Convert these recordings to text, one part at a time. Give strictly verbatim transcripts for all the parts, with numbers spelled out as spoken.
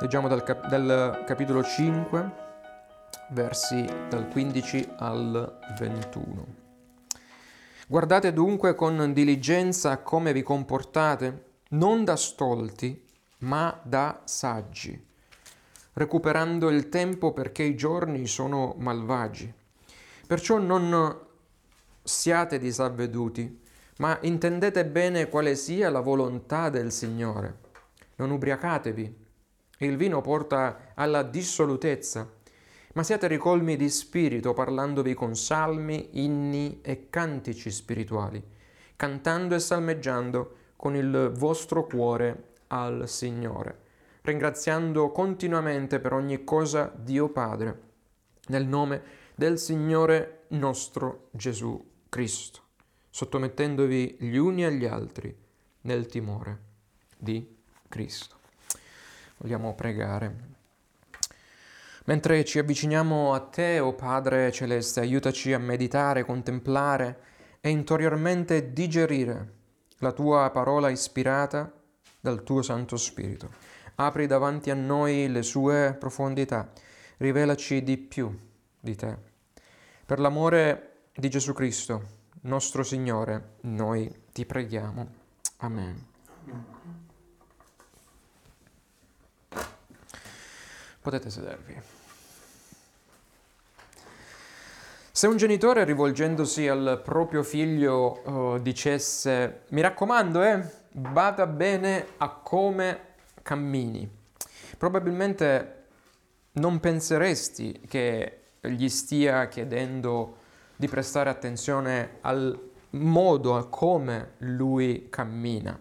Leggiamo dal, cap- dal capitolo cinque, versi dal quindici al ventuno. Guardate dunque con diligenza come vi comportate, non da stolti, ma da saggi, recuperando il tempo perché i giorni sono malvagi. Perciò non siate disavveduti, ma intendete bene quale sia la volontà del Signore. Non ubriacatevi. Il vino porta alla dissolutezza, ma siate ricolmi di spirito, parlandovi con salmi, inni e cantici spirituali, cantando e salmeggiando con il vostro cuore al Signore, ringraziando continuamente per ogni cosa Dio Padre, nel nome del Signore nostro Gesù Cristo, sottomettendovi gli uni agli altri nel timore di Cristo. Vogliamo pregare. Mentre ci avviciniamo a Te, o Padre Celeste, aiutaci a meditare, contemplare e interiormente digerire la Tua parola ispirata dal Tuo Santo Spirito. Apri davanti a noi le sue profondità, rivelaci di più di Te. Per l'amore di Gesù Cristo, nostro Signore, noi ti preghiamo. Amen. Potete sedervi. Se un genitore, rivolgendosi al proprio figlio, uh, dicesse: mi raccomando, eh, bada bene a come cammini, probabilmente non penseresti che gli stia chiedendo di prestare attenzione al modo, a come lui cammina.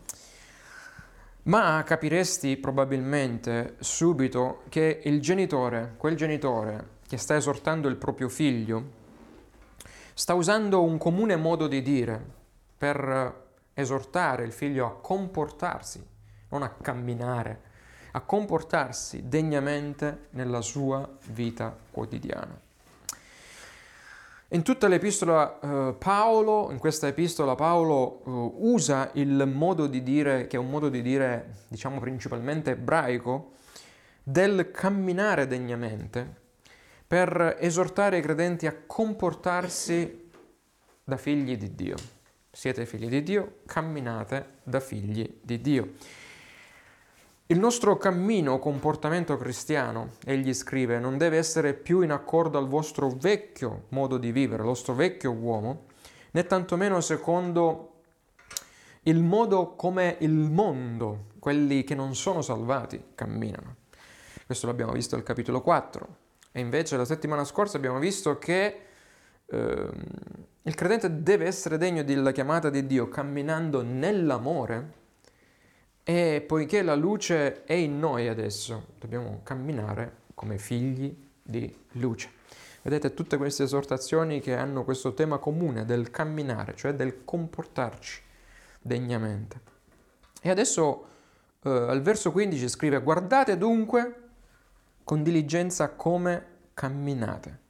Ma capiresti probabilmente subito che il genitore, quel genitore che sta esortando il proprio figlio, sta usando un comune modo di dire per esortare il figlio a comportarsi, non a camminare, a comportarsi degnamente nella sua vita quotidiana. In tutta l'epistola eh, Paolo, in questa epistola Paolo eh, usa il modo di dire, che è un modo di dire, diciamo principalmente ebraico, del camminare degnamente, per esortare i credenti a comportarsi da figli di Dio. Siete figli di Dio, camminate da figli di Dio. Il nostro cammino o comportamento cristiano, egli scrive, non deve essere più in accordo al vostro vecchio modo di vivere, il vostro vecchio uomo, né tantomeno secondo il modo come il mondo, quelli che non sono salvati, camminano. Questo l'abbiamo visto al capitolo quattro. E invece la settimana scorsa abbiamo visto che eh, il credente deve essere degno della chiamata di Dio, camminando nell'amore. E poiché la luce è in noi adesso, dobbiamo camminare come figli di luce. Vedete tutte queste esortazioni che hanno questo tema comune del camminare, cioè del comportarci degnamente. E adesso eh, al verso quindici scrive: guardate dunque con diligenza come camminate.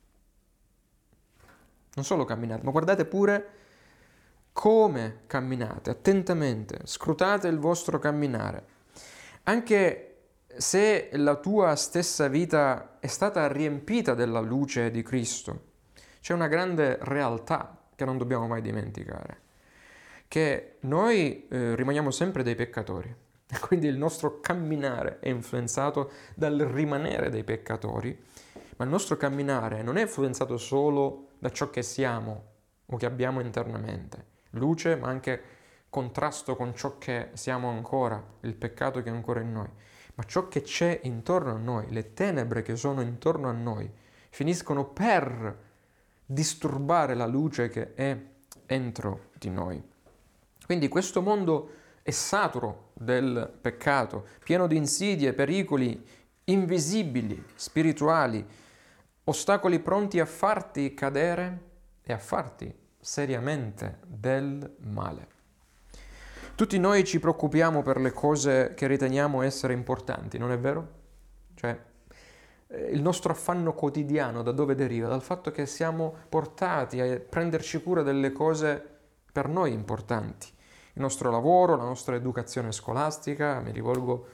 Non solo camminate, ma guardate pure come camminate, attentamente, scrutate il vostro camminare. Anche se la tua stessa vita è stata riempita della luce di Cristo, c'è una grande realtà che non dobbiamo mai dimenticare, che noi eh, rimaniamo sempre dei peccatori, quindi il nostro camminare è influenzato dal rimanere dei peccatori, ma il nostro camminare non è influenzato solo da ciò che siamo o che abbiamo internamente, luce, ma anche contrasto con ciò che siamo ancora, il peccato che è ancora in noi. Ma ciò che c'è intorno a noi, le tenebre che sono intorno a noi, finiscono per disturbare la luce che è entro di noi. Quindi questo mondo è saturo del peccato, pieno di insidie, pericoli invisibili, spirituali, ostacoli pronti a farti cadere e a farti seriamente del male. Tutti noi ci preoccupiamo per le cose che riteniamo essere importanti, non è vero? Cioè, il nostro affanno quotidiano da dove deriva? Dal fatto che siamo portati a prenderci cura delle cose per noi importanti. Il nostro lavoro, la nostra educazione scolastica, mi rivolgo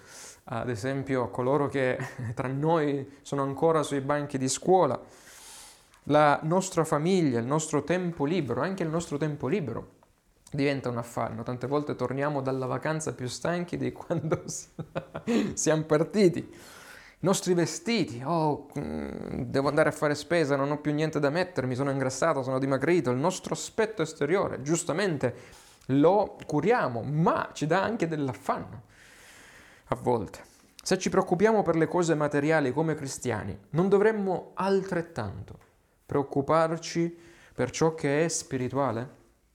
ad esempio a coloro che tra noi sono ancora sui banchi di scuola. La nostra famiglia, il nostro tempo libero, anche il nostro tempo libero diventa un affanno. Tante volte torniamo dalla vacanza più stanchi di quando siamo partiti. I nostri vestiti, oh, devo andare a fare spesa, non ho più niente da mettere, mi sono ingrassato, sono dimagrito. Il nostro aspetto esteriore, giustamente, lo curiamo, ma ci dà anche dell'affanno a volte. Se ci preoccupiamo per le cose materiali come cristiani, non dovremmo altrettanto preoccuparci per ciò che è spirituale?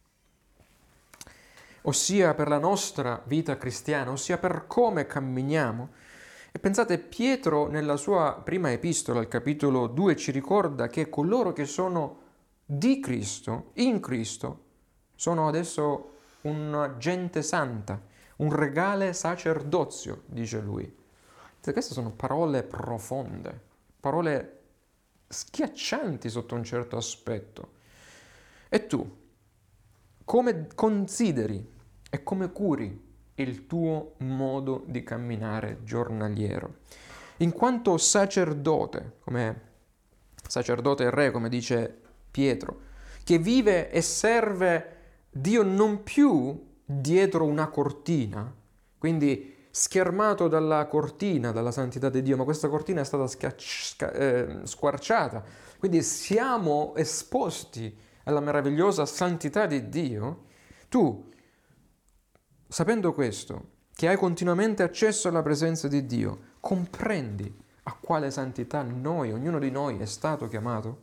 Ossia per la nostra vita cristiana, ossia per come camminiamo? E pensate, Pietro nella sua prima epistola, al capitolo due, ci ricorda che coloro che sono di Cristo, in Cristo, sono adesso una gente santa, un regale sacerdozio, dice lui. Queste sono parole profonde, parole schiaccianti sotto un certo aspetto. E tu, come consideri e come curi il tuo modo di camminare giornaliero? In quanto sacerdote, come sacerdote e re, come dice Pietro, che vive e serve Dio non più dietro una cortina, quindi schermato dalla cortina, dalla santità di Dio, ma questa cortina è stata schiacci- eh, squarciata, quindi siamo esposti alla meravigliosa santità di Dio. Tu, sapendo questo, che hai continuamente accesso alla presenza di Dio, comprendi a quale santità noi, ognuno di noi, è stato chiamato?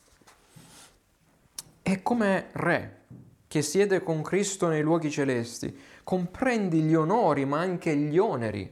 E come re che siede con Cristo nei luoghi celesti, comprendi gli onori ma anche gli oneri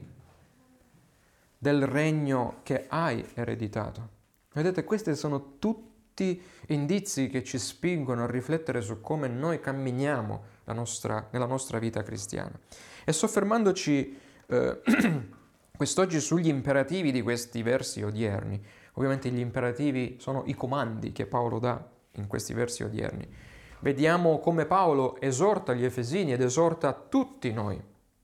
del regno che hai ereditato. Vedete, questi sono tutti indizi che ci spingono a riflettere su come noi camminiamo la nostra, nella nostra vita cristiana. E soffermandoci eh, quest'oggi sugli imperativi di questi versi odierni, ovviamente gli imperativi sono i comandi che Paolo dà in questi versi odierni. Vediamo come Paolo esorta gli Efesini ed esorta tutti noi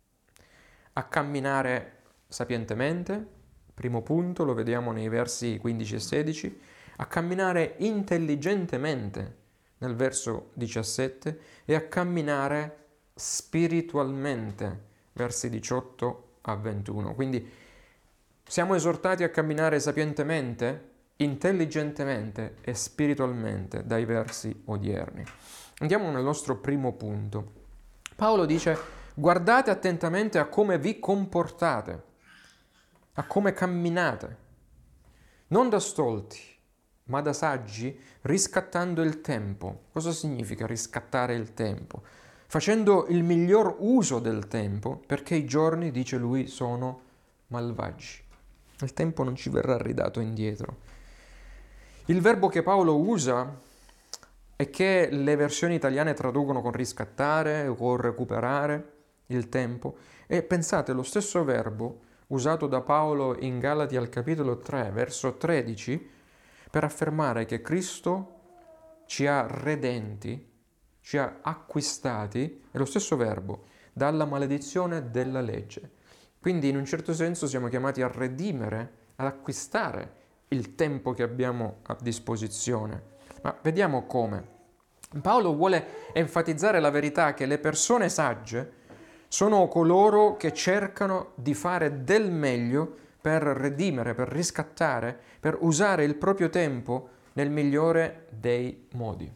a camminare sapientemente, primo punto, lo vediamo nei versi quindici e sedici, a camminare intelligentemente nel verso diciassette e a camminare spiritualmente, versi diciotto a ventuno. Quindi siamo esortati a camminare sapientemente, intelligentemente e spiritualmente dai versi odierni. Andiamo nel nostro primo punto. Paolo dice: guardate attentamente a come vi comportate, a come camminate, non da stolti, ma da saggi, riscattando il tempo. Cosa significa riscattare il tempo? Facendo il miglior uso del tempo, perché i giorni, dice lui, sono malvagi. Il tempo non ci verrà ridato indietro. Il verbo che Paolo usa e che le versioni italiane traducono con riscattare o con recuperare il tempo, e pensate, lo stesso verbo usato da Paolo in Galati al capitolo tre, verso tredici, per affermare che Cristo ci ha redenti, ci ha acquistati, è lo stesso verbo, dalla maledizione della legge. Quindi in un certo senso siamo chiamati a redimere, ad acquistare il tempo che abbiamo a disposizione. Ma vediamo come. Paolo vuole enfatizzare la verità che le persone sagge sono coloro che cercano di fare del meglio per redimere, per riscattare, per usare il proprio tempo nel migliore dei modi.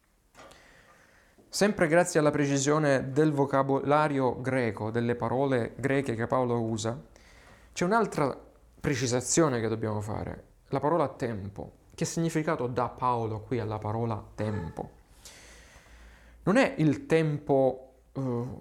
Sempre grazie alla precisione del vocabolario greco, delle parole greche che Paolo usa, c'è un'altra precisazione che dobbiamo fare, la parola tempo. Che significato dà Paolo qui alla parola tempo? Non è il tempo uh,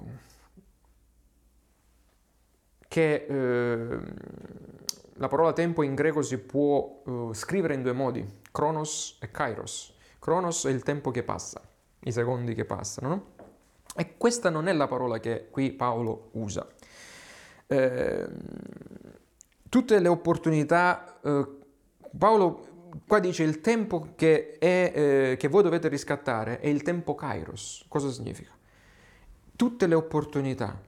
che uh, la parola tempo in greco si può uh, scrivere in due modi, chronos e kairos. Chronos è il tempo che passa, i secondi che passano, no? E questa non è la parola che qui Paolo usa. Eh, tutte le opportunità, eh, Paolo qua dice il tempo che, è, eh, che voi dovete riscattare è il tempo kairos. Cosa significa? Tutte le opportunità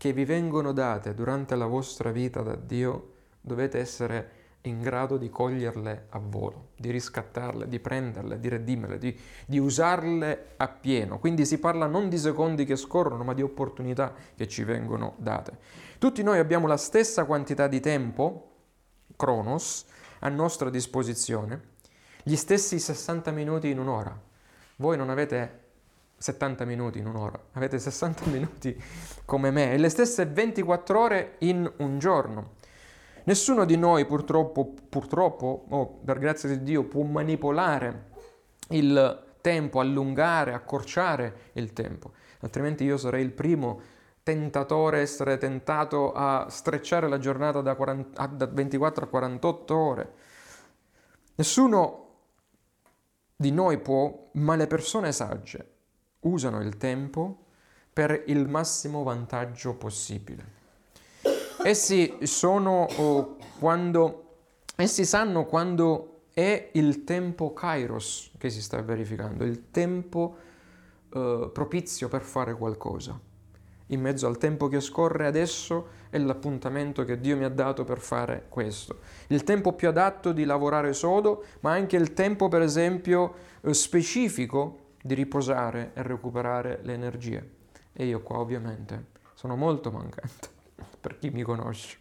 che vi vengono date durante la vostra vita da Dio, dovete essere in grado di coglierle a volo, di riscattarle, di prenderle, di redimerle, di, di usarle appieno. Quindi si parla non di secondi che scorrono, ma di opportunità che ci vengono date. Tutti noi abbiamo la stessa quantità di tempo, Cronos, a nostra disposizione, gli stessi sessanta minuti in un'ora. Voi non avete settanta minuti in un'ora, avete sessanta minuti come me e le stesse ventiquattro ore in un giorno. Nessuno di noi purtroppo, purtroppo, o oh, per grazia di Dio, può manipolare il tempo, allungare, accorciare il tempo, altrimenti io sarei il primo tentatore, essere tentato a strecciare la giornata da, quaranta, da ventiquattro a quarantotto ore. Nessuno di noi può, ma le persone sagge usano il tempo per il massimo vantaggio possibile. Essi sono oh, quando, essi sanno quando è il tempo kairos che si sta verificando, il tempo eh, propizio per fare qualcosa. In mezzo al tempo che scorre adesso è l'appuntamento che Dio mi ha dato per fare questo. Il tempo più adatto di lavorare sodo, ma anche il tempo, per esempio, eh, specifico di riposare e recuperare le energie. E io qua ovviamente sono molto mancante, per chi mi conosce.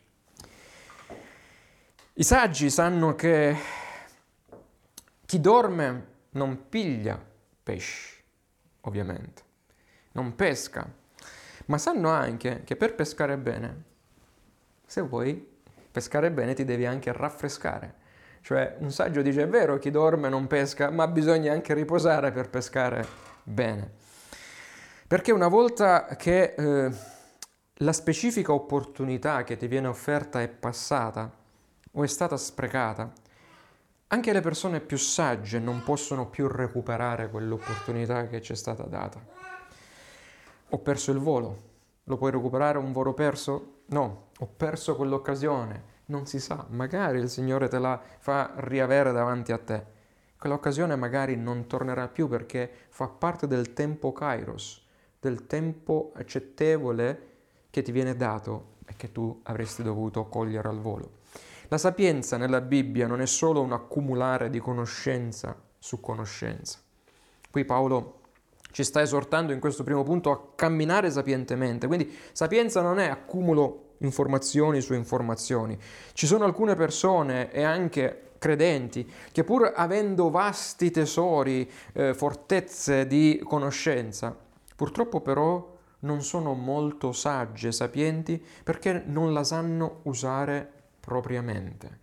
I saggi sanno che chi dorme non piglia pesci, ovviamente, non pesca, ma sanno anche che per pescare bene, se vuoi pescare bene ti devi anche raffrescare. Cioè un saggio dice: è vero, chi dorme non pesca, ma bisogna anche riposare per pescare bene. Perché una volta che eh, la specifica opportunità che ti viene offerta è passata o è stata sprecata, anche le persone più sagge non possono più recuperare quell'opportunità che ci è stata data. Ho perso il volo. Lo puoi recuperare un volo perso? No, ho perso quell'occasione. Non si sa, magari il Signore te la fa riavere davanti a te. Quell'occasione magari non tornerà più perché fa parte del tempo kairos, del tempo accettevole che ti viene dato e che tu avresti dovuto cogliere al volo. La sapienza nella Bibbia non è solo un accumulare di conoscenza su conoscenza. Qui Paolo ci sta esortando in questo primo punto a camminare sapientemente, quindi sapienza non è accumulo informazioni su informazioni. Ci sono alcune persone e anche credenti che pur avendo vasti tesori, eh, fortezze di conoscenza, purtroppo però non sono molto sagge, sapienti, perché non la sanno usare propriamente.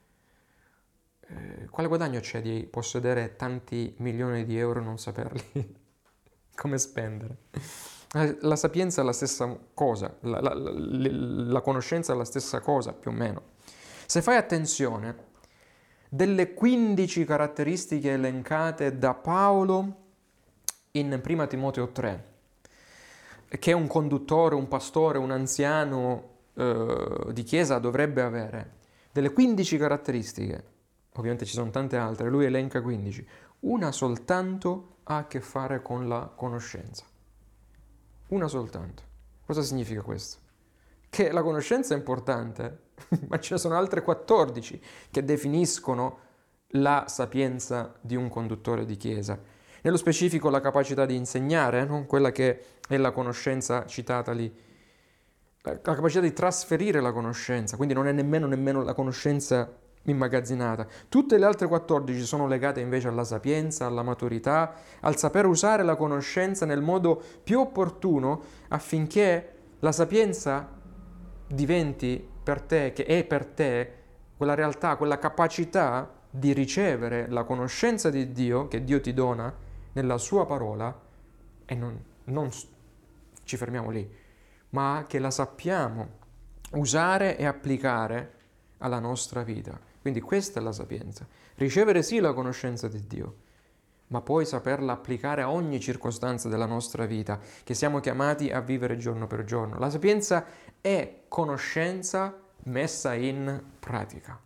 Eh, quale guadagno c'è di possedere tanti milioni di euro e non saperli come spendere? La sapienza è la stessa cosa, la, la, la, la conoscenza è la stessa cosa più o meno. Se fai attenzione, delle quindici caratteristiche elencate da Paolo in prima Timoteo tre, che un conduttore, un pastore, un anziano eh, di chiesa dovrebbe avere, delle quindici caratteristiche, ovviamente ci sono tante altre, lui elenca quindici, una soltanto ha a che fare con la conoscenza. Una soltanto. Cosa significa questo? Che la conoscenza è importante, ma ce ne sono altre quattordici che definiscono la sapienza di un conduttore di chiesa. Nello specifico la capacità di insegnare, no? Quella che è la conoscenza citata lì, la capacità di trasferire la conoscenza, quindi non è nemmeno, nemmeno la conoscenza immagazzinata. Tutte le altre quattordici sono legate invece alla sapienza, alla maturità, al saper usare la conoscenza nel modo più opportuno affinché la sapienza diventi per te, che è per te, quella realtà, quella capacità di ricevere la conoscenza di Dio che Dio ti dona nella sua parola, e non, non ci fermiamo lì, ma che la sappiamo usare e applicare alla nostra vita. Quindi questa è la sapienza. Ricevere sì la conoscenza di Dio, ma poi saperla applicare a ogni circostanza della nostra vita, che siamo chiamati a vivere giorno per giorno. La sapienza è conoscenza messa in pratica.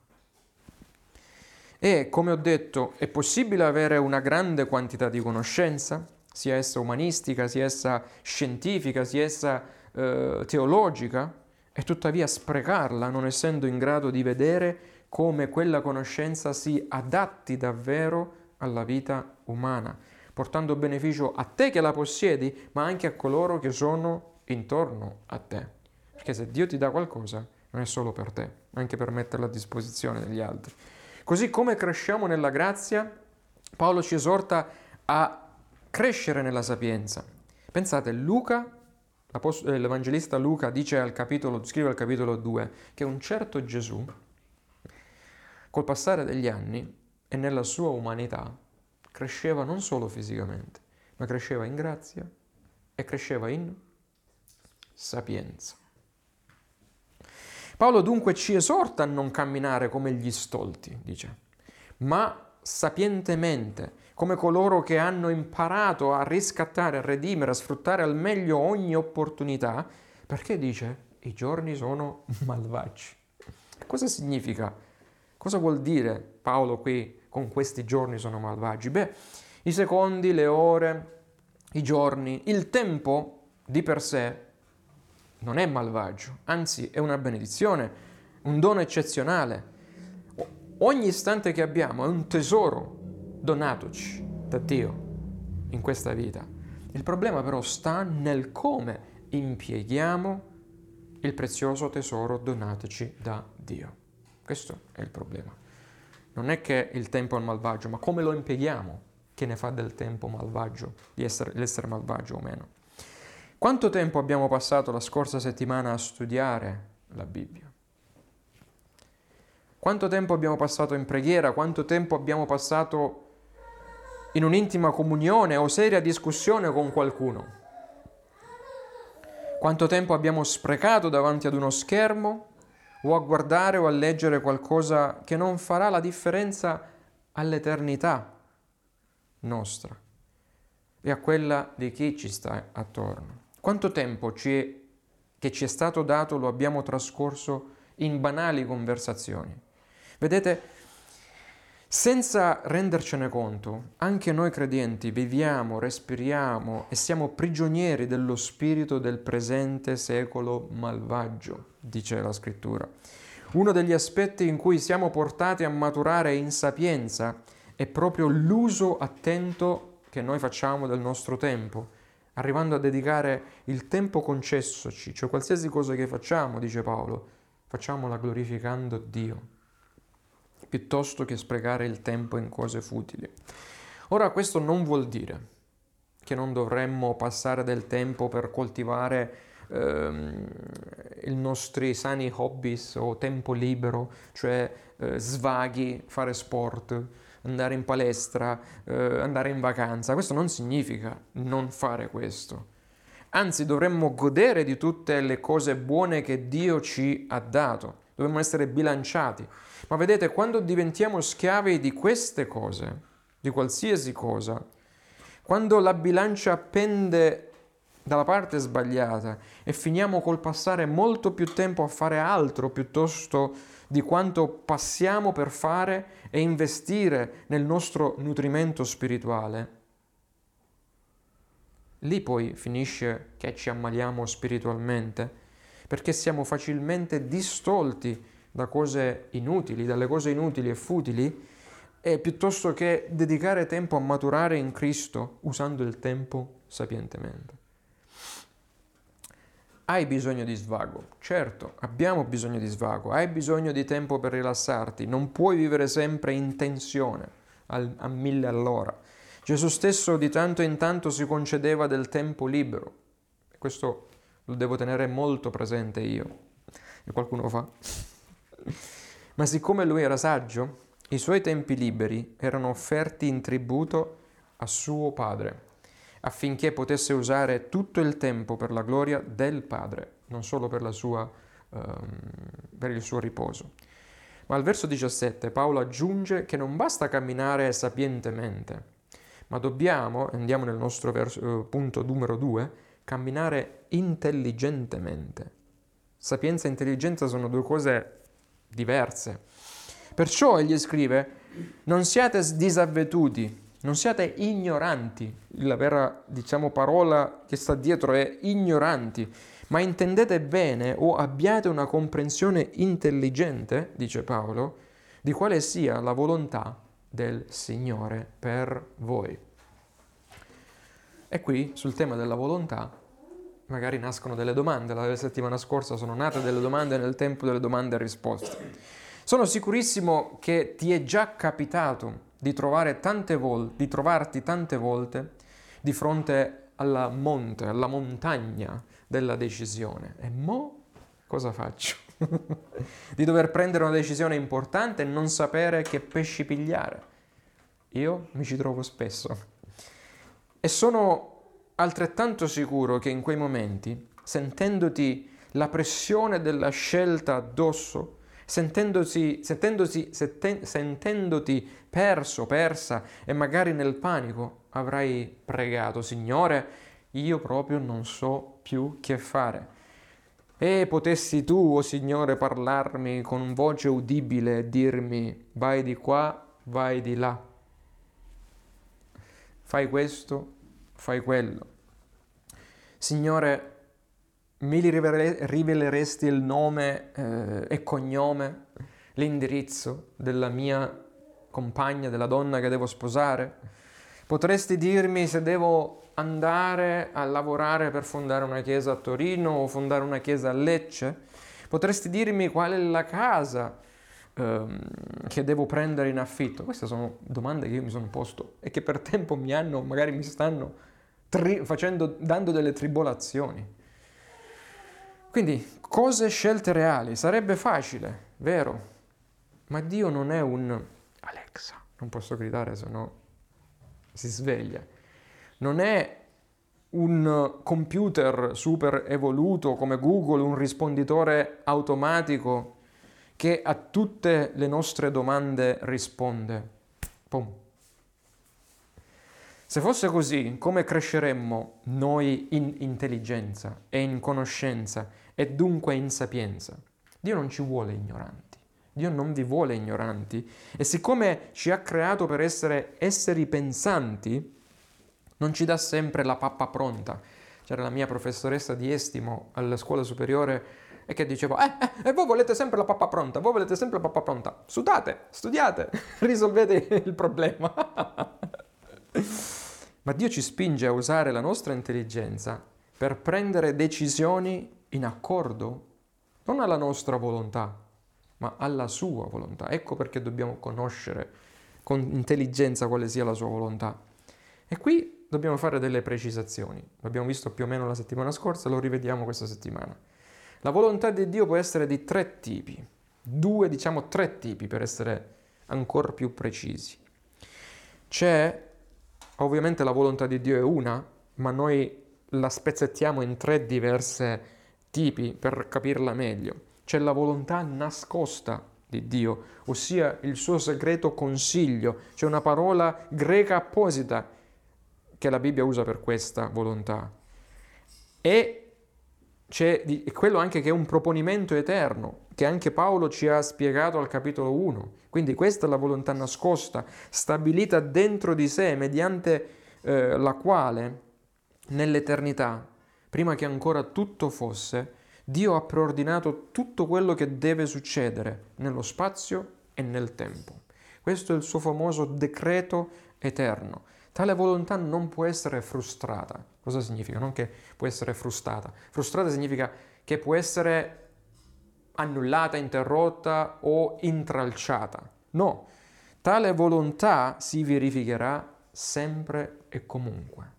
E, come ho detto, è possibile avere una grande quantità di conoscenza, sia essa umanistica, sia essa scientifica, sia essa eh, teologica e tuttavia sprecarla non essendo in grado di vedere come quella conoscenza si adatti davvero alla vita umana, portando beneficio a te che la possiedi, ma anche a coloro che sono intorno a te. Perché se Dio ti dà qualcosa, non è solo per te, ma anche per metterla a disposizione degli altri. Così come cresciamo nella grazia, Paolo ci esorta a crescere nella sapienza. Pensate, Luca, l'evangelista Luca dice al capitolo, scrive al capitolo due, che un certo Gesù, col passare degli anni e nella sua umanità, cresceva non solo fisicamente, ma cresceva in grazia e cresceva in sapienza. Paolo dunque ci esorta a non camminare come gli stolti, dice, ma sapientemente, come coloro che hanno imparato a riscattare, a redimere, a sfruttare al meglio ogni opportunità, perché dice, i giorni sono malvagi. Cosa significa? Cosa vuol dire Paolo qui con questi giorni sono malvagi? Beh, i secondi, le ore, i giorni, il tempo di per sé non è malvagio, anzi è una benedizione, un dono eccezionale. Ogni istante che abbiamo è un tesoro donatoci da Dio in questa vita. Il problema però sta nel come impieghiamo il prezioso tesoro donatoci da Dio. Questo è il problema. Non è che il tempo è malvagio, ma come lo impieghiamo che ne fa del tempo malvagio, di essere, l'essere malvagio o meno. Quanto tempo abbiamo passato la scorsa settimana a studiare la Bibbia? Quanto tempo abbiamo passato in preghiera? Quanto tempo abbiamo passato in un'intima comunione o seria discussione con qualcuno? Quanto tempo abbiamo sprecato davanti ad uno schermo o a guardare o a leggere qualcosa che non farà la differenza all'eternità nostra e a quella di chi ci sta attorno? Quanto tempo ci è, che ci è stato dato lo abbiamo trascorso in banali conversazioni? Vedete, senza rendercene conto, anche noi credenti viviamo, respiriamo e siamo prigionieri dello spirito del presente secolo malvagio, dice la Scrittura. Uno degli aspetti in cui siamo portati a maturare in sapienza è proprio l'uso attento che noi facciamo del nostro tempo, arrivando a dedicare il tempo concessoci, cioè qualsiasi cosa che facciamo, dice Paolo, facciamola glorificando Dio, piuttosto che sprecare il tempo in cose futili. Ora, questo non vuol dire che non dovremmo passare del tempo per coltivare ehm, i nostri sani hobbies o tempo libero, cioè eh, svaghi, fare sport, andare in palestra, eh, andare in vacanza. Questo non significa non fare questo. Anzi, dovremmo godere di tutte le cose buone che Dio ci ha dato. Dovremmo essere bilanciati. Ma vedete, quando diventiamo schiavi di queste cose, di qualsiasi cosa, quando la bilancia pende dalla parte sbagliata e finiamo col passare molto più tempo a fare altro piuttosto di quanto passiamo per fare e investire nel nostro nutrimento spirituale, lì poi finisce che ci ammaliamo spiritualmente, perché siamo facilmente distolti da cose inutili, dalle cose inutili e futili, e piuttosto che dedicare tempo a maturare in Cristo usando il tempo sapientemente. Hai bisogno di svago? Certo, abbiamo bisogno di svago. Hai bisogno di tempo per rilassarti. Non puoi vivere sempre in tensione, al, a mille all'ora. Gesù stesso di tanto in tanto si concedeva del tempo libero. Questo lo devo tenere molto presente io. E qualcuno lo fa? Ma siccome lui era saggio, i suoi tempi liberi erano offerti in tributo a suo padre, affinché potesse usare tutto il tempo per la gloria del Padre, non solo per, la sua, um, per il suo riposo. Ma al verso diciassette Paolo aggiunge che non basta camminare sapientemente, ma dobbiamo, andiamo nel nostro verso, uh, punto numero due, camminare intelligentemente. Sapienza e intelligenza sono due cose diverse. Perciò egli scrive, non siate disavveduti, non siate ignoranti, la vera, diciamo, parola che sta dietro è ignoranti, Ma intendete bene o abbiate una comprensione intelligente, dice Paolo, di quale sia la volontà del Signore per voi. E qui, sul tema della volontà, magari nascono delle domande. La settimana scorsa sono nate delle domande nel tempo delle domande e risposte. Sono sicurissimo che ti è già capitato di trovare tante volte, di trovarti tante volte di fronte alla monte, alla montagna della decisione. E mo cosa faccio? Di dover prendere una decisione importante e non sapere che pesci pigliare. Io mi ci trovo spesso. E sono altrettanto sicuro che in quei momenti, sentendoti la pressione della scelta addosso, sentendosi, sentendosi, senten, sentendoti perso, persa e magari nel panico, avrai pregato: Signore, io proprio non so più che fare. E potessi tu, o oh Signore, parlarmi con voce udibile e dirmi: vai di qua, vai di là, fai questo, fai quello. Signore, mi riveleresti il nome eh, e cognome, l'indirizzo della mia compagna, della donna che devo sposare? Potresti dirmi se devo andare a lavorare per fondare una chiesa a Torino o fondare una chiesa a Lecce? Potresti dirmi qual è la casa ehm, che devo prendere in affitto? Queste sono domande che io mi sono posto e che per tempo mi hanno, magari mi stanno tri- facendo, dando delle tribolazioni. Quindi, cose scelte reali. Sarebbe facile, vero? Ma Dio non è un Alexa, non posso gridare, sennò si sveglia. Non è un computer super evoluto come Google, un risponditore automatico che a tutte le nostre domande risponde. Pum. Se fosse così, come cresceremmo noi in intelligenza e in conoscenza e dunque in sapienza? Dio non ci vuole ignoranti. Dio non vi vuole ignoranti. E siccome ci ha creato per essere esseri pensanti, non ci dà sempre la pappa pronta. C'era la mia professoressa di estimo alla scuola superiore e che diceva: eh, eh, voi volete sempre la pappa pronta, voi volete sempre la pappa pronta. Sudate, studiate, risolvete il problema. Ma Dio ci spinge a usare la nostra intelligenza per prendere decisioni in accordo non alla nostra volontà, ma alla sua volontà. Ecco perché dobbiamo conoscere con intelligenza quale sia la sua volontà. E qui dobbiamo fare delle precisazioni. L'abbiamo visto più o meno la settimana scorsa, lo rivediamo questa settimana. La volontà di Dio può essere di tre tipi, due, diciamo tre tipi per essere ancora più precisi. C'è, ovviamente la volontà di Dio è una, ma noi la spezzettiamo in tre diverse tipi per capirla meglio. C'è la volontà nascosta di Dio, ossia il suo segreto consiglio. C'è una parola greca apposita che la Bibbia usa per questa volontà. E c'è quello anche che è un proponimento eterno, che anche Paolo ci ha spiegato al capitolo uno. Quindi questa è la volontà nascosta, stabilita dentro di sé, mediante eh, la quale, nell'eternità, prima che ancora tutto fosse, Dio ha preordinato tutto quello che deve succedere nello spazio e nel tempo. Questo è il suo famoso decreto eterno. Tale volontà non può essere frustrata. Cosa significa? Non che può essere frustata. Frustrata significa che può essere annullata, interrotta o intralciata. No, tale volontà si verificherà sempre e comunque.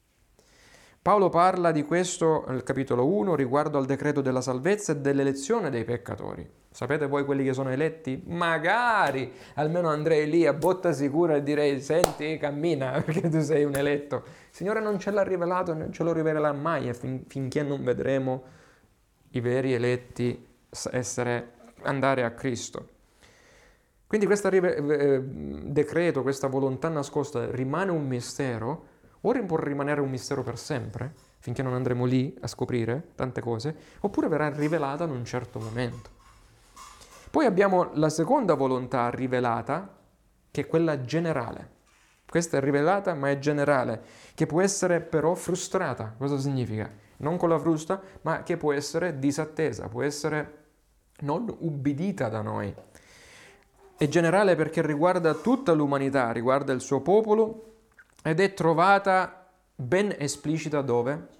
Paolo parla di questo nel capitolo uno riguardo al decreto della salvezza e dell'elezione dei peccatori. Sapete voi quelli che sono eletti? Magari almeno andrei lì a botta sicura e direi: senti, cammina, perché tu sei un eletto. Il Signore non ce l'ha rivelato, non ce lo rivelerà mai fin- finché non vedremo i veri eletti essere, andare a Cristo. Quindi questo eh, decreto, questa volontà nascosta rimane un mistero, o può rimanere un mistero per sempre, finché non andremo lì a scoprire tante cose, oppure verrà rivelata in un certo momento. Poi abbiamo la seconda volontà rivelata, che è quella generale. Questa è rivelata ma è generale, che può essere però frustrata. Cosa significa? non con la frusta, ma che può essere disattesa, può essere non ubbidita da noi. È generale perché riguarda tutta l'umanità, riguarda il suo popolo ed è trovata ben esplicita dove?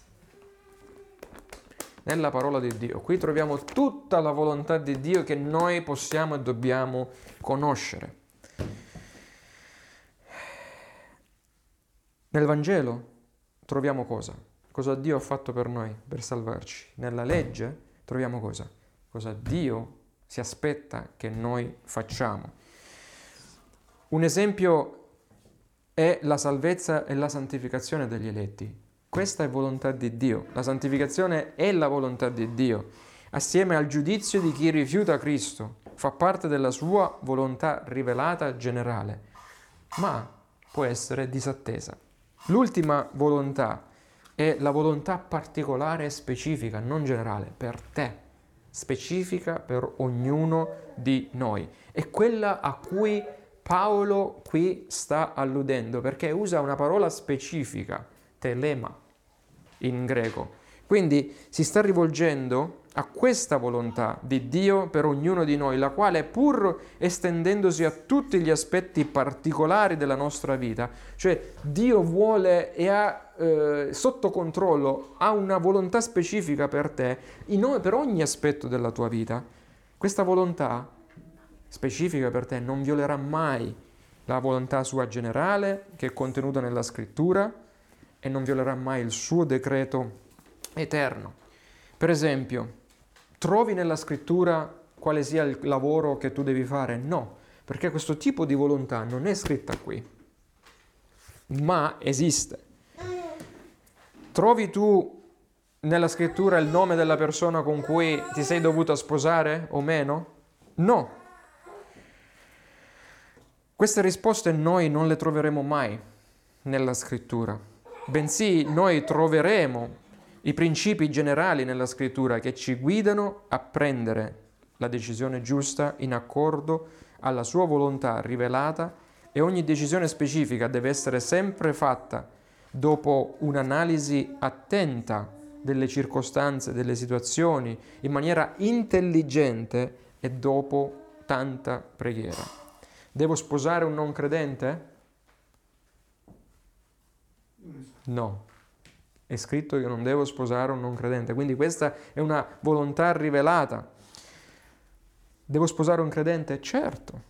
Nella parola di Dio. Qui troviamo tutta la volontà di Dio che noi possiamo e dobbiamo conoscere. Nel Vangelo troviamo cosa? Cosa Dio ha fatto per noi, per salvarci. Nella legge troviamo cosa? Cosa Dio si aspetta che noi facciamo. Un esempio è la salvezza e la santificazione degli eletti. Questa è volontà di Dio. La santificazione è la volontà di Dio. Assieme al giudizio di chi rifiuta Cristo, fa parte della sua volontà rivelata generale, ma può essere disattesa. L'ultima volontà è la volontà particolare e specifica, non generale, per te, specifica per ognuno di noi. È quella a cui Paolo qui sta alludendo, perché usa una parola specifica, telema, in greco. Quindi si sta rivolgendo a questa volontà di Dio per ognuno di noi, la quale pur estendendosi a tutti gli aspetti particolari della nostra vita, cioè Dio vuole e ha eh, sotto controllo, ha una volontà specifica per te, in, per ogni aspetto della tua vita, questa volontà specifica per te non violerà mai la volontà sua generale che è contenuta nella scrittura e non violerà mai il suo decreto eterno. Per esempio, trovi nella scrittura quale sia il lavoro che tu devi fare? No, perché questo tipo di volontà non è scritta qui, ma esiste. Trovi tu nella scrittura il nome della persona con cui ti sei dovuta sposare o meno? No. Queste risposte noi non le troveremo mai nella scrittura, bensì noi troveremo i principi generali nella scrittura che ci guidano a prendere la decisione giusta in accordo alla sua volontà rivelata, e ogni decisione specifica deve essere sempre fatta dopo un'analisi attenta delle circostanze, delle situazioni, in maniera intelligente e dopo tanta preghiera. Devo sposare un non credente? No. È scritto che non devo sposare un non credente, quindi questa è una volontà rivelata. Devo sposare un credente? Certo.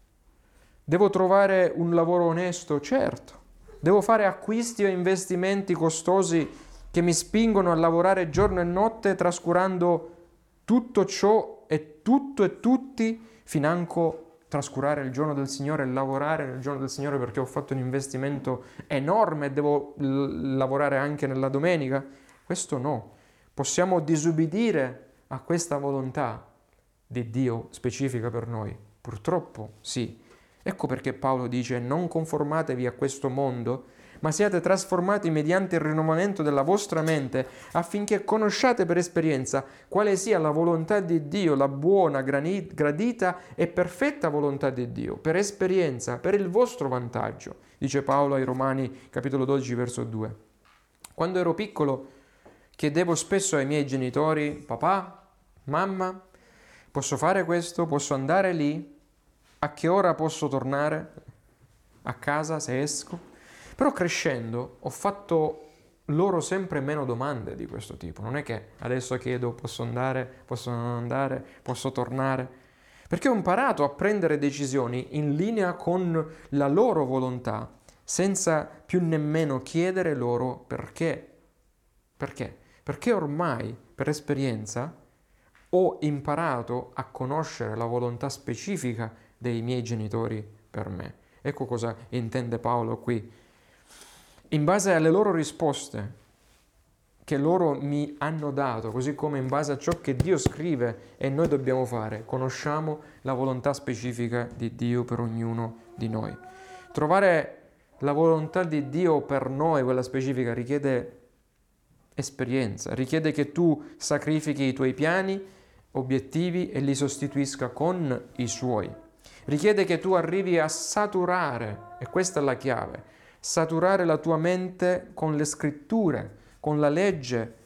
Devo trovare un lavoro onesto? Certo. Devo fare acquisti o investimenti costosi che mi spingono a lavorare giorno e notte trascurando tutto ciò e tutto e tutti financo trascurare il giorno del Signore e lavorare nel giorno del Signore perché ho fatto un investimento enorme e devo l- lavorare anche nella domenica? Questo no. Possiamo disubbidire a questa volontà di Dio specifica per noi? Purtroppo sì. Ecco perché Paolo dice: non conformatevi a questo mondo, ma siate trasformati mediante il rinnovamento della vostra mente, affinché conosciate per esperienza quale sia la volontà di Dio, la buona, gradita e perfetta volontà di Dio, per esperienza, per il vostro vantaggio, dice Paolo ai Romani, capitolo dodici, verso due. Quando ero piccolo chiedevo spesso ai miei genitori: papà, mamma, posso fare questo? Posso andare lì? A che ora posso tornare a casa se esco? Però crescendo ho fatto loro sempre meno domande di questo tipo. Non è che adesso chiedo: posso andare, posso non andare, posso tornare? Perché ho imparato a prendere decisioni in linea con la loro volontà, senza più nemmeno chiedere loro perché. Perché? Perché ormai, per esperienza, ho imparato a conoscere la volontà specifica dei miei genitori per me. Ecco cosa intende Paolo qui. In base alle loro risposte che loro mi hanno dato, così come in base a ciò che Dio scrive e noi dobbiamo fare, conosciamo la volontà specifica di Dio per ognuno di noi. Trovare la volontà di Dio per noi, quella specifica, richiede esperienza, richiede che tu sacrifichi i tuoi piani, obiettivi e li sostituisca con i suoi. Richiede che tu arrivi a saturare, e questa è la chiave, saturare la tua mente con le scritture, con la legge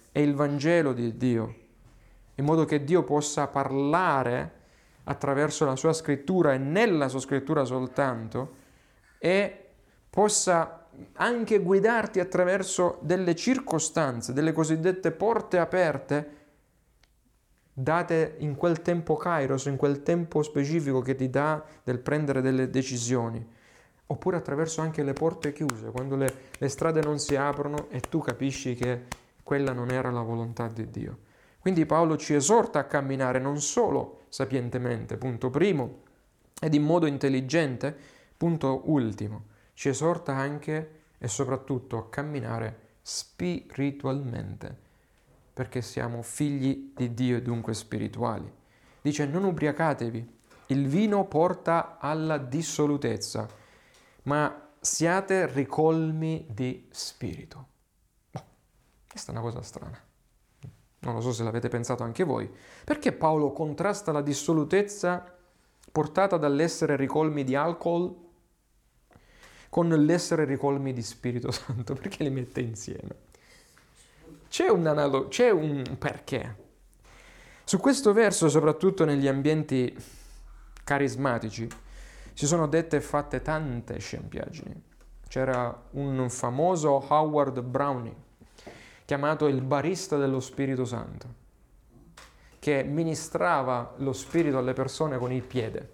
è il Vangelo di Dio, in modo che Dio possa parlare attraverso la sua scrittura e nella sua scrittura soltanto, e possa anche guidarti attraverso delle circostanze, delle cosiddette porte aperte, date in quel tempo kairos, in quel tempo specifico che ti dà del prendere delle decisioni, oppure attraverso anche le porte chiuse, quando le, le strade non si aprono e tu capisci che quella non era la volontà di Dio. Quindi Paolo ci esorta a camminare non solo sapientemente, punto primo, ed in modo intelligente, punto ultimo, ci esorta anche e soprattutto a camminare spiritualmente, perché siamo figli di Dio e dunque spirituali. Dice: non ubriacatevi, il vino porta alla dissolutezza, ma siate ricolmi di spirito. Oh, questa è una cosa strana. Non lo so se l'avete pensato anche voi. Perché Paolo contrasta la dissolutezza portata dall'essere ricolmi di alcol con l'essere ricolmi di Spirito Santo? Perché li mette insieme? C'è un, analo- c'è un perché. Su questo verso, soprattutto negli ambienti carismatici, si sono dette e fatte tante scempiaggini. C'era un famoso Howard Browne, chiamato il barista dello Spirito Santo, che ministrava lo Spirito alle persone con il piede.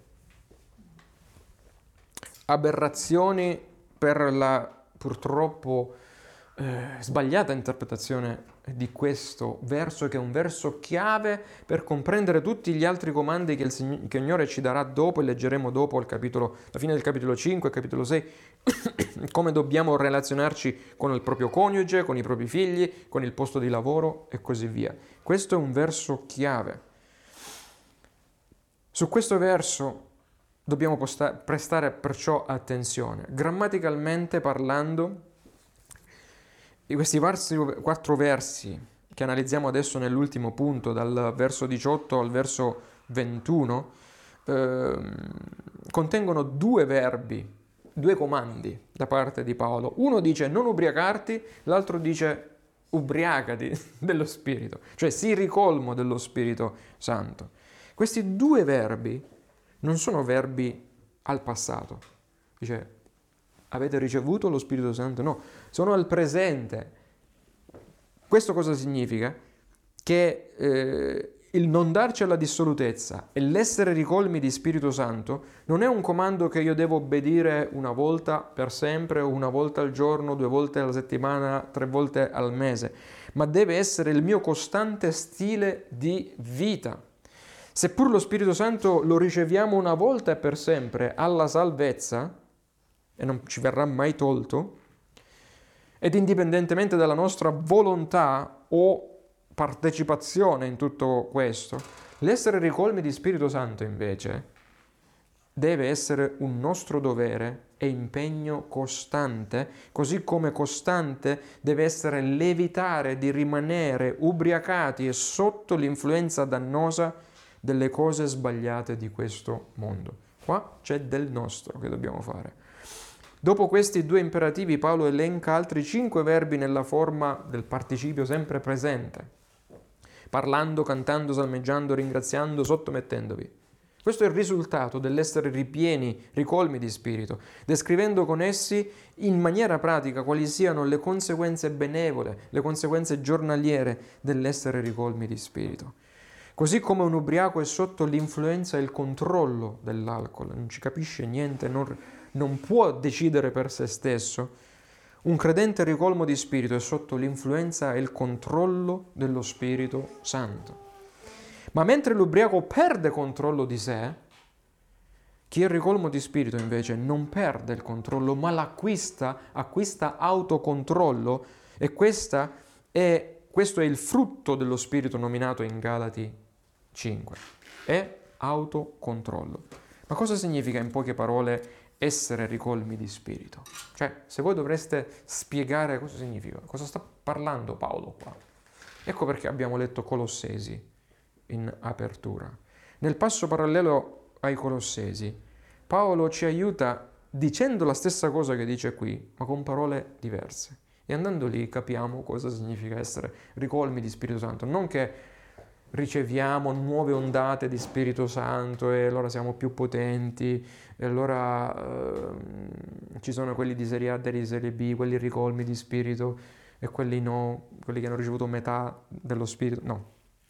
Aberrazioni per la purtroppo eh, sbagliata interpretazione di questo verso, che è un verso chiave per comprendere tutti gli altri comandi che il Signore, che il Signore ci darà dopo, e leggeremo dopo il capitolo, la fine del capitolo cinque, capitolo sei, come dobbiamo relazionarci con il proprio coniuge, con i propri figli, con il posto di lavoro e così via. Questo è un verso chiave. Su questo verso dobbiamo posta- prestare perciò attenzione. Grammaticalmente parlando, di questi versi, quattro versi che analizziamo adesso nell'ultimo punto, dal verso diciotto al verso ventuno, eh, contengono due verbi, due comandi da parte di Paolo. Uno dice non ubriacarti, l'altro dice ubriacati dello Spirito, cioè sii ricolmo dello Spirito Santo. Questi due verbi non sono verbi al passato. Dice, avete ricevuto lo Spirito Santo? No, sono al presente. Questo cosa significa? Che eh, il non darci alla dissolutezza e l'essere ricolmi di Spirito Santo non è un comando che io devo obbedire una volta per sempre, o una volta al giorno, due volte alla settimana, tre volte al mese, ma deve essere il mio costante stile di vita. Seppur lo Spirito Santo lo riceviamo una volta e per sempre alla salvezza, e non ci verrà mai tolto, ed indipendentemente dalla nostra volontà o partecipazione in tutto questo, l'essere ricolmi di Spirito Santo invece deve essere un nostro dovere e impegno costante, così come costante deve essere l'evitare di rimanere ubriacati e sotto l'influenza dannosa delle cose sbagliate di questo mondo. Qua c'è del nostro che dobbiamo fare. Dopo questi due imperativi Paolo elenca altri cinque verbi nella forma del participio sempre presente: parlando, cantando, salmeggiando, ringraziando, sottomettendovi. Questo è il risultato dell'essere ripieni, ricolmi di spirito, descrivendo con essi in maniera pratica quali siano le conseguenze benevole, le conseguenze giornaliere dell'essere ricolmi di spirito. Così come un ubriaco è sotto l'influenza e il controllo dell'alcol, non ci capisce niente, non, non può decidere per se stesso, un credente ricolmo di spirito è sotto l'influenza e il controllo dello Spirito Santo. Ma mentre l'ubriaco perde controllo di sé, chi è ricolmo di spirito invece non perde il controllo, ma l'acquista, acquista autocontrollo, e questa è, questo è il frutto dello spirito nominato in Galati cinque, è autocontrollo. Ma cosa significa in poche parole essere ricolmi di spirito? Cioè, se voi dovreste spiegare cosa significa, cosa sta parlando Paolo qua. Ecco perché abbiamo letto Colossesi in apertura. Nel passo parallelo ai Colossesi, Paolo ci aiuta dicendo la stessa cosa che dice qui, ma con parole diverse. E andando lì capiamo cosa significa essere ricolmi di Spirito Santo. Non che riceviamo nuove ondate di Spirito Santo e allora siamo più potenti, e allora eh, ci sono quelli di serie A, di serie B, quelli ricolmi di Spirito e quelli no, quelli che hanno ricevuto metà dello Spirito. No.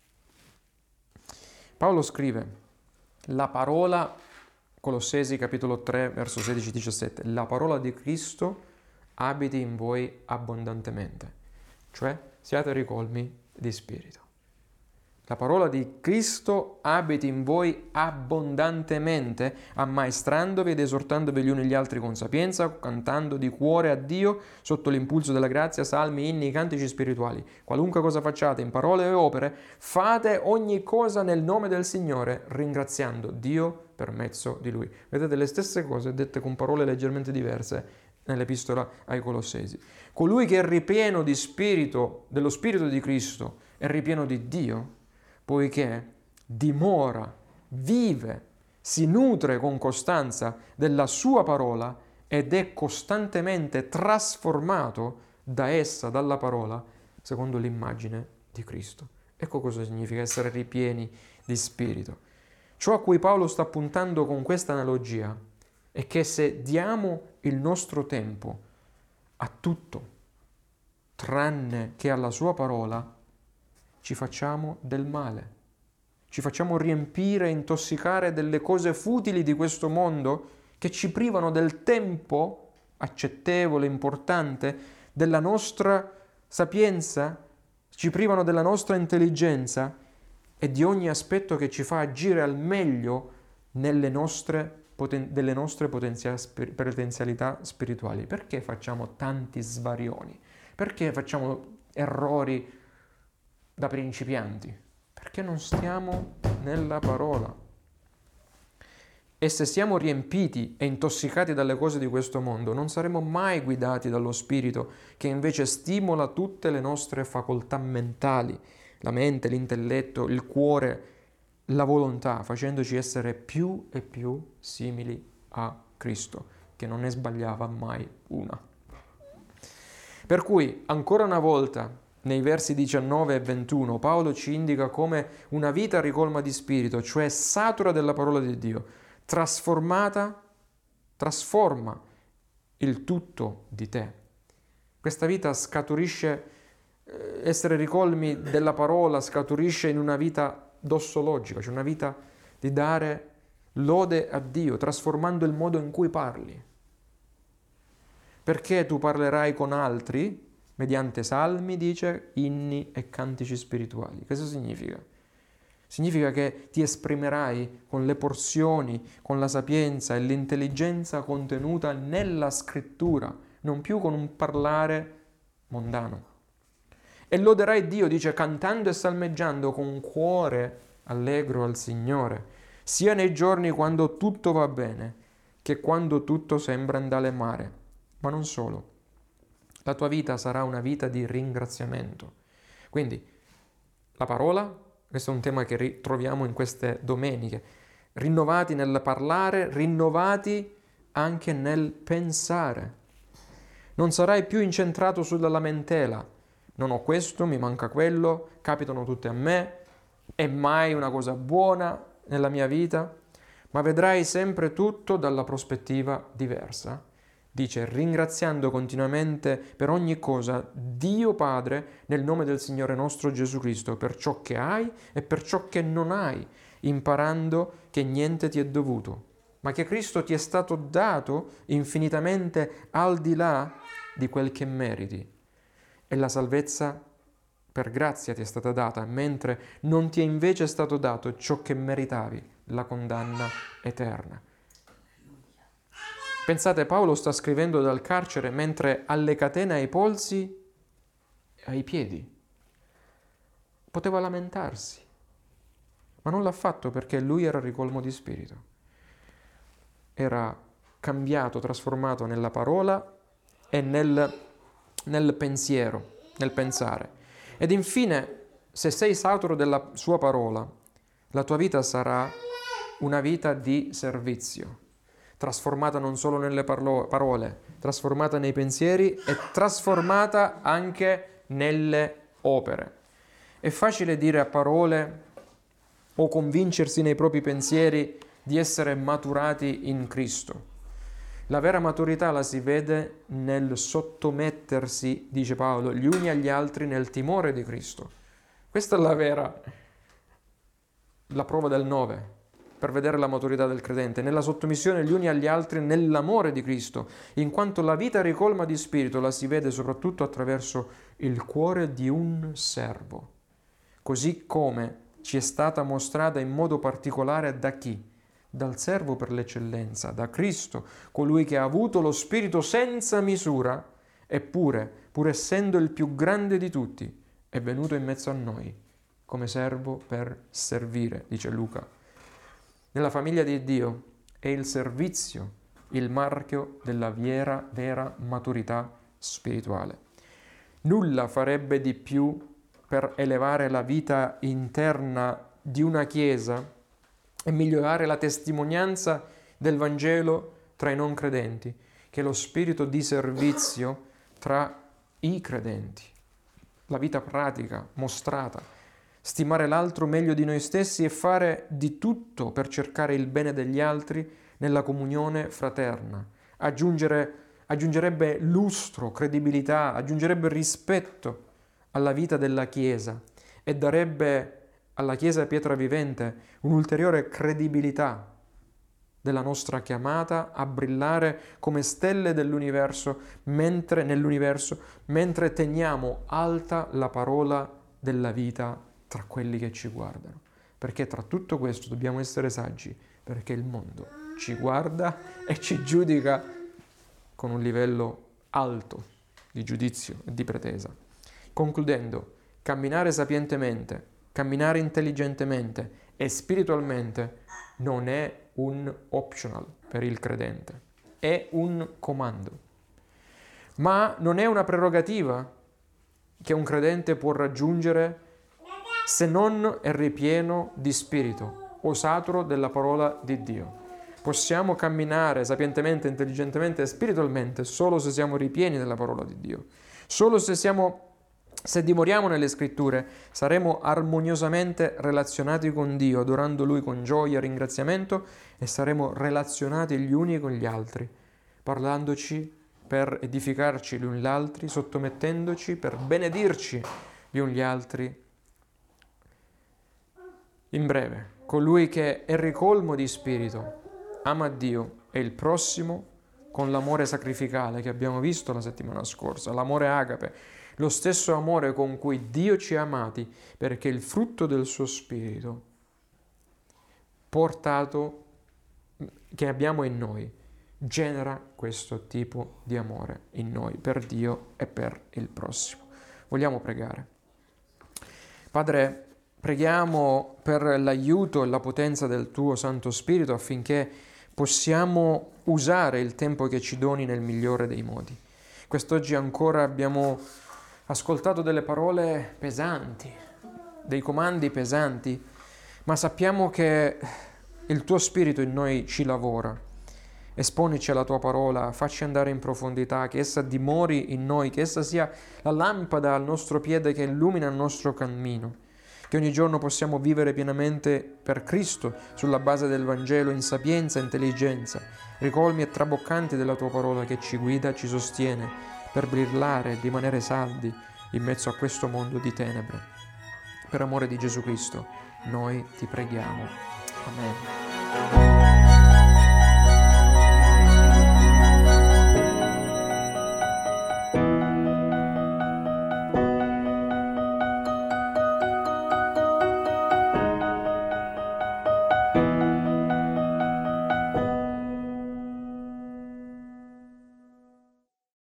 Paolo scrive, la parola, Colossesi capitolo tre, verso sedici diciassette, la parola di Cristo abiti in voi abbondantemente, cioè siate ricolmi di Spirito. La parola di Cristo abiti in voi abbondantemente, ammaestrandovi ed esortandovi gli uni gli altri con sapienza, cantando di cuore a Dio, sotto l'impulso della grazia, salmi, inni, cantici spirituali. Qualunque cosa facciate, in parole e opere, fate ogni cosa nel nome del Signore, ringraziando Dio per mezzo di Lui. Vedete le stesse cose dette con parole leggermente diverse nell'epistola ai Colossesi. Colui che è ripieno di spirito, dello Spirito di Cristo, è ripieno di Dio, poiché dimora, vive, si nutre con costanza della sua parola ed è costantemente trasformato da essa, dalla parola, secondo l'immagine di Cristo. Ecco cosa significa essere ripieni di spirito. Ciò a cui Paolo sta puntando con questa analogia è che se diamo il nostro tempo a tutto, tranne che alla sua parola, ci facciamo del male, ci facciamo riempire e intossicare delle cose futili di questo mondo che ci privano del tempo accettevole, importante, della nostra sapienza, ci privano della nostra intelligenza e di ogni aspetto che ci fa agire al meglio nelle nostre, poten- delle nostre potenzia- potenzialità spirituali. Perché facciamo tanti svarioni? Perché facciamo errori da principianti? Perché non stiamo nella parola. E se siamo riempiti e intossicati dalle cose di questo mondo, non saremo mai guidati dallo Spirito, che invece stimola tutte le nostre facoltà mentali, la mente, l'intelletto, il cuore, la volontà, facendoci essere più e più simili a Cristo, che non ne sbagliava mai una. Per cui, ancora una volta, nei versi diciannove e ventuno, Paolo ci indica come una vita ricolma di spirito, cioè satura della parola di Dio, trasformata, trasforma il tutto di te. Questa vita scaturisce, essere ricolmi della parola, scaturisce in una vita dossologica, cioè una vita di dare lode a Dio, trasformando il modo in cui parli. Perché tu parlerai con altri mediante salmi, dice, inni e cantici spirituali. Cosa significa? Significa che ti esprimerai con le porzioni, con la sapienza e l'intelligenza contenuta nella scrittura, non più con un parlare mondano. E loderai Dio, dice, cantando e salmeggiando con cuore allegro al Signore, sia nei giorni quando tutto va bene, che quando tutto sembra andare male. Ma non solo. La tua vita sarà una vita di ringraziamento. Quindi, la parola, questo è un tema che ritroviamo in queste domeniche, rinnovati nel parlare, rinnovati anche nel pensare. Non sarai più incentrato sulla lamentela. Non ho questo, mi manca quello, capitano tutte a me, è mai una cosa buona nella mia vita, ma vedrai sempre tutto dalla prospettiva diversa. Dice, ringraziando continuamente per ogni cosa Dio Padre nel nome del Signore nostro Gesù Cristo per ciò che hai e per ciò che non hai, imparando che niente ti è dovuto, ma che Cristo ti è stato dato infinitamente al di là di quel che meriti. E la salvezza per grazia ti è stata data, mentre non ti è invece stato dato ciò che meritavi, la condanna eterna. Pensate, Paolo sta scrivendo dal carcere mentre ha le catene ai polsi e ai piedi. Poteva lamentarsi, ma non l'ha fatto perché lui era ricolmo di spirito. Era cambiato, trasformato nella parola e nel, nel pensiero, nel pensare. Ed infine, se sei saturo della sua parola, la tua vita sarà una vita di servizio. trasformata non solo nelle parlo- parole, trasformata nei pensieri e trasformata anche nelle opere. È facile dire a parole o convincersi nei propri pensieri di essere maturati in Cristo. La vera maturità la si vede nel sottomettersi, dice Paolo, gli uni agli altri nel timore di Cristo. Questa è la vera, la prova del nove, per vedere la maturità del credente, nella sottomissione gli uni agli altri nell'amore di Cristo, in quanto la vita ricolma di spirito la si vede soprattutto attraverso il cuore di un servo, così come ci è stata mostrata in modo particolare da chi? Dal servo per l'eccellenza, da Cristo, colui che ha avuto lo Spirito senza misura, eppure, pur essendo il più grande di tutti, è venuto in mezzo a noi, come servo per servire, dice Luca. Nella famiglia di Dio è il servizio il marchio della vera, vera maturità spirituale. Nulla farebbe di più per elevare la vita interna di una Chiesa e migliorare la testimonianza del Vangelo tra i non credenti, che lo spirito di servizio tra i credenti. La vita pratica, mostrata, stimare l'altro meglio di noi stessi e fare di tutto per cercare il bene degli altri nella comunione fraterna. Aggiungere, aggiungerebbe lustro, credibilità, aggiungerebbe rispetto alla vita della Chiesa e darebbe alla Chiesa pietra vivente un'ulteriore credibilità della nostra chiamata a brillare come stelle dell'universo, mentre nell'universo, mentre teniamo alta la parola della vita tra quelli che ci guardano. Perché tra tutto questo dobbiamo essere saggi, perché il mondo ci guarda e ci giudica con un livello alto di giudizio e di pretesa. Concludendo, camminare sapientemente, camminare intelligentemente e spiritualmente non è un optional per il credente, è un comando. Ma non è una prerogativa che un credente può raggiungere se non è ripieno di spirito o saturo della parola di Dio. Possiamo camminare sapientemente, intelligentemente e spiritualmente solo se siamo ripieni della parola di Dio. Solo se siamo Se dimoriamo nelle scritture, saremo armoniosamente relazionati con Dio, adorando Lui con gioia e ringraziamento, e saremo relazionati gli uni con gli altri, parlandoci per edificarci gli uni gli altri, sottomettendoci per benedirci gli uni gli altri. In breve, colui che è ricolmo di spirito, ama Dio e il prossimo con l'amore sacrificale che abbiamo visto la settimana scorsa, l'amore agape, lo stesso amore con cui Dio ci ha amati, perché il frutto del suo Spirito portato che abbiamo in noi genera questo tipo di amore in noi per Dio e per il prossimo. Vogliamo pregare. Padre, preghiamo per l'aiuto e la potenza del tuo Santo Spirito affinché possiamo usare il tempo che ci doni nel migliore dei modi. Quest'oggi ancora abbiamo ascoltato delle parole pesanti, dei comandi pesanti, ma sappiamo che il tuo Spirito in noi ci lavora. Esponici alla tua parola, facci andare in profondità, che essa dimori in noi, che essa sia la lampada al nostro piede che illumina il nostro cammino, che ogni giorno possiamo vivere pienamente per Cristo sulla base del Vangelo in sapienza e intelligenza, ricolmi e traboccanti della tua parola che ci guida, ci sostiene, per brillare e rimanere saldi in mezzo a questo mondo di tenebre. Per amore di Gesù Cristo, noi ti preghiamo. Amen.